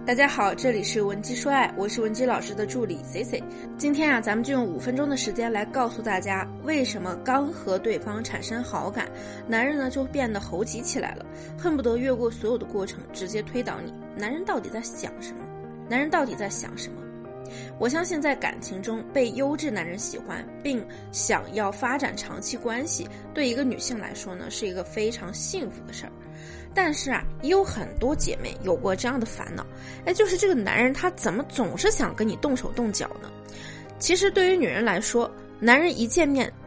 大家好，这里是文姬说爱，我是文姬老师的助理 Cici。今天啊，咱们就用5分钟的时间来告诉大家，为什么刚和对方产生好感，男人呢就变得猴急起来了，恨不得越过所有的过程，直接推倒你。男人到底在想什么？男人到底在想什么？我相信在感情中被优质男人喜欢，并想要发展长期关系，对一个女性来说呢，是一个非常幸福的事儿。但是啊，也有很多姐妹有过这样的烦恼，就是这个男人他怎么总是想跟你动手动脚呢？其实对于女人来说，男人一见面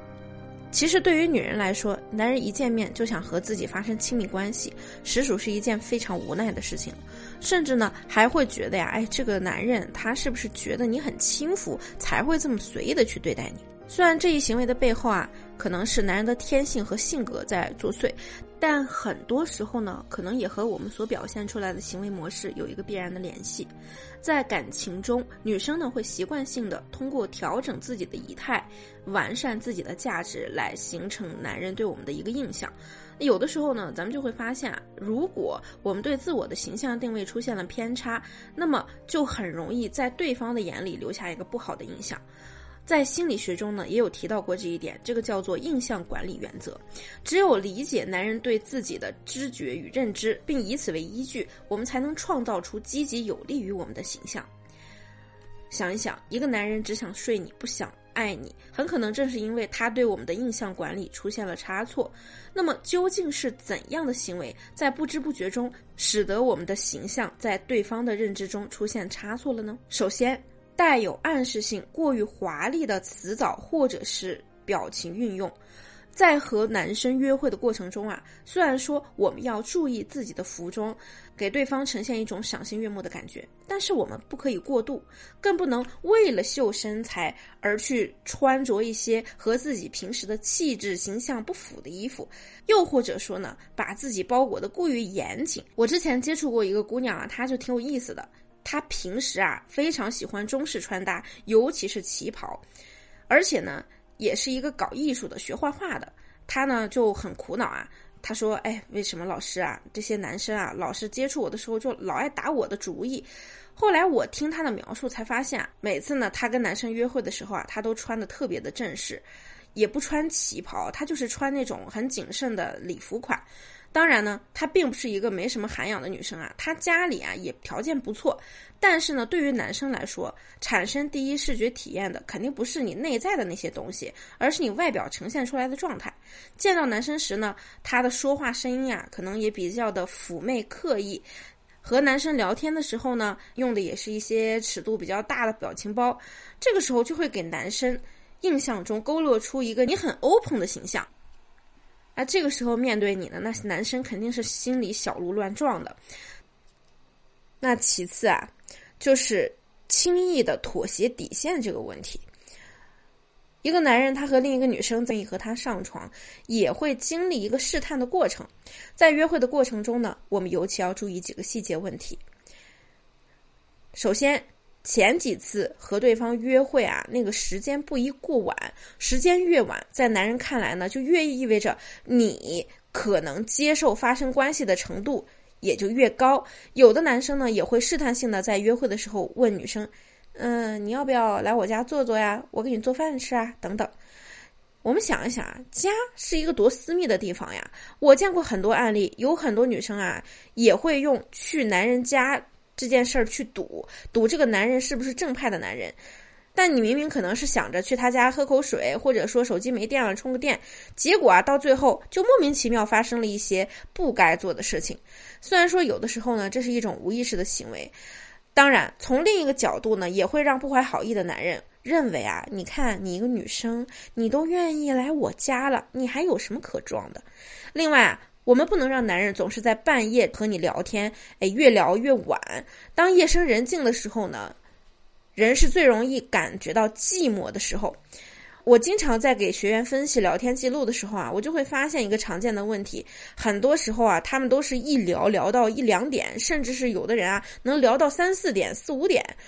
就想和自己发生亲密关系，实属是一件非常无奈的事情。甚至呢，还会觉得呀，这个男人他是不是觉得你很轻浮，才会这么随意的去对待你？虽然这一行为的背后啊，可能是男人的天性和性格在作祟，但很多时候呢，可能也和我们所表现出来的行为模式有一个必然的联系。在感情中，女生呢会习惯性的通过调整自己的仪态，完善自己的价值，来形成男人对我们的一个印象。有的时候呢，咱们就会发现啊，如果我们对自我的形象定位出现了偏差，那么就很容易在对方的眼里留下一个不好的印象。在心理学中呢，也有提到过这一点，这个叫做印象管理原则。只有理解男人对自己的知觉与认知，并以此为依据，我们才能创造出积极有利于我们的形象。想一想，一个男人只想睡你，不想爱你，很可能正是因为他对我们的印象管理出现了差错。那么究竟是怎样的行为，在不知不觉中使得我们的形象在对方的认知中出现差错了呢？首先，带有暗示性、过于华丽的辞藻或者是表情运用。在和男生约会的过程中啊，虽然说我们要注意自己的服装，给对方呈现一种赏心悦目的感觉，但是我们不可以过度，更不能为了秀身材而去穿着一些和自己平时的气质形象不符的衣服，又或者说呢，把自己包裹得过于严谨。我之前接触过一个姑娘啊，她就挺有意思的。她平时啊非常喜欢中式穿搭，尤其是旗袍，而且呢也是一个搞艺术的，学画画的。她呢就很苦恼啊，她说为什么老师啊这些男生啊老是接触我的时候就老爱打我的主意。后来我听她的描述才发现，每次呢她跟男生约会的时候啊，她都穿得特别的正式，也不穿旗袍，她就是穿那种很谨慎的礼服款。当然呢，她并不是一个没什么涵养的女生啊，她家里啊也条件不错，但是呢，对于男生来说，产生第一视觉体验的肯定不是你内在的那些东西，而是你外表呈现出来的状态。见到男生时呢，她的说话声音啊，可能也比较的妩媚刻意。和男生聊天的时候呢，用的也是一些尺度比较大的表情包，这个时候就会给男生印象中勾勒出一个你很 open 的形象。这个时候面对你呢，那男生肯定是心里小鹿乱撞的。那其次啊，就是轻易的妥协底线这个问题。一个男人他和另一个女生愿意和他上床，也会经历一个试探的过程。在约会的过程中呢，我们尤其要注意几个细节问题。首先，前几次和对方约会啊，那个时间不宜过晚，时间越晚，在男人看来呢，就越意味着你可能接受发生关系的程度也就越高。有的男生呢，也会试探性的在约会的时候问女生，你要不要来我家坐坐呀？我给你做饭吃啊，等等。我们想一想啊，家是一个多私密的地方呀。我见过很多案例，有很多女生啊，也会用去男人家这件事儿去赌这个男人是不是正派的男人。但你明明可能是想着去他家喝口水，或者说手机没电了充个电，结果啊到最后就莫名其妙发生了一些不该做的事情。虽然说有的时候呢，这是一种无意识的行为，当然从另一个角度呢，也会让不怀好意的男人认为啊，你看你一个女生，你都愿意来我家了，你还有什么可装的？另外啊，我们不能让男人总是在半夜和你聊天，越聊越晚。当夜深人静的时候呢，人是最容易感觉到寂寞的时候。我经常在给学员分析聊天记录的时候啊，我就会发现一个常见的问题，很多时候啊，他们都是一聊到1-2点，甚至是有的人啊能聊到3-4点、4-5点。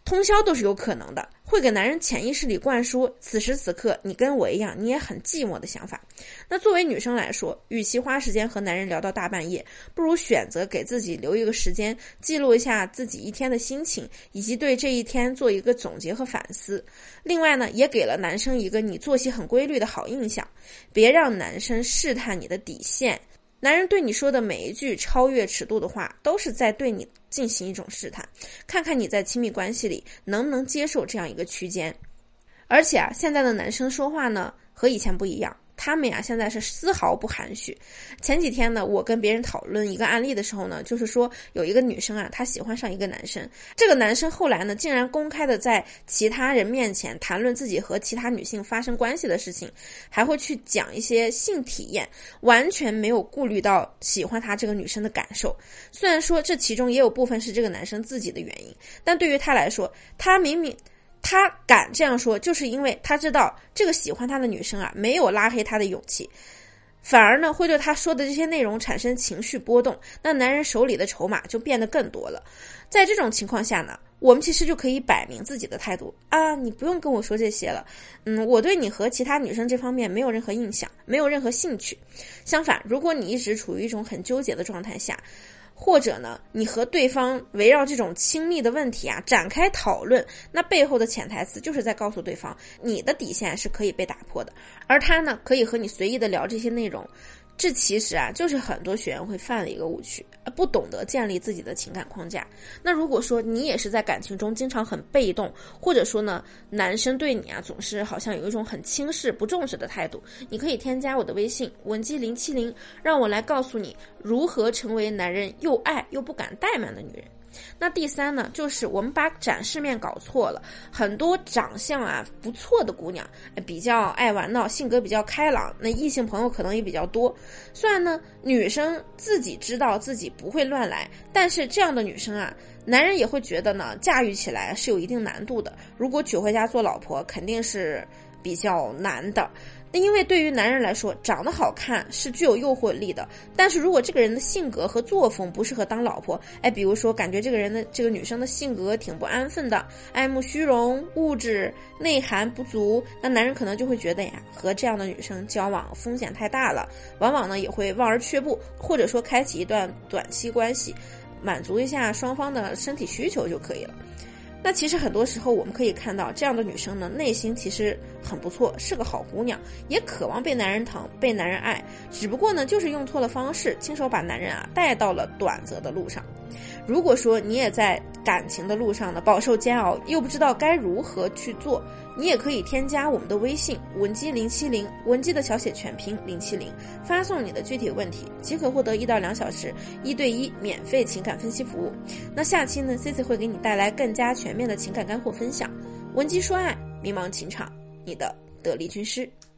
通宵都是有可能的，会给男人潜意识里灌输此时此刻你跟我一样你也很寂寞的想法。那作为女生来说，与其花时间和男人聊到大半夜，不如选择给自己留一个时间，记录一下自己一天的心情，以及对这一天做一个总结和反思。另外呢，也给了男生一个你作息很规律的好印象，别让男生试探你的底线。男人对你说的每一句超越尺度的话，都是在对你进行一种试探，看看你在亲密关系里能不能接受这样一个区间。而且啊，现在的男生说话呢，和以前不一样，他们呀现在是丝毫不含蓄。前几天呢，我跟别人讨论一个案例的时候呢，就是说有一个女生啊，她喜欢上一个男生，这个男生后来呢，竟然公开的在其他人面前谈论自己和其他女性发生关系的事情，还会去讲一些性体验，完全没有顾虑到喜欢他这个女生的感受。虽然说这其中也有部分是这个男生自己的原因，但对于他来说，他敢这样说，就是因为他知道这个喜欢他的女生啊，没有拉黑他的勇气，反而呢会对他说的这些内容产生情绪波动，那男人手里的筹码就变得更多了。在这种情况下呢，我们其实就可以摆明自己的态度啊，你不用跟我说这些了，我对你和其他女生这方面没有任何印象，没有任何兴趣。相反，如果你一直处于一种很纠结的状态下，或者呢，你和对方围绕这种亲密的问题啊展开讨论，那背后的潜台词就是在告诉对方，你的底线是可以被打破的，而他呢，可以和你随意的聊这些内容。这其实啊，就是很多学员会犯的一个误区，不懂得建立自己的情感框架。那如果说你也是在感情中经常很被动，或者说呢，男生对你啊总是好像有一种很轻视不重视的态度，你可以添加我的微信文姬070，让我来告诉你如何成为男人又爱又不敢怠慢的女人。那第三呢，就是我们把展示面搞错了，很多长相啊不错的姑娘，比较爱玩闹，性格比较开朗，那异性朋友可能也比较多。虽然呢，女生自己知道自己不会乱来，但是这样的女生啊，男人也会觉得呢，驾驭起来是有一定难度的。如果娶回家做老婆，肯定是比较难的。因为对于男人来说，长得好看是具有诱惑力的，但是如果这个人的性格和作风不适合当老婆，比如说感觉这个女生的性格挺不安分的，爱慕虚荣，物质内涵不足，那男人可能就会觉得呀，和这样的女生交往风险太大了，往往呢也会望而却步，或者说开启一段短期关系，满足一下双方的身体需求就可以了。那其实很多时候我们可以看到，这样的女生呢，内心其实很不错，是个好姑娘，也渴望被男人疼，被男人爱，只不过呢，就是用错了方式，亲手把男人啊带到了短则的路上。如果说你也在感情的路上呢饱受煎熬，又不知道该如何去做，你也可以添加我们的微信文姬070，文姬的小写全拼070，发送你的具体问题，即可获得1到2小时1对1免费情感分析服务。那下期呢 Cici 会给你带来更加全面的情感干货分享，文姬说爱，迷茫情场，你的得力军师。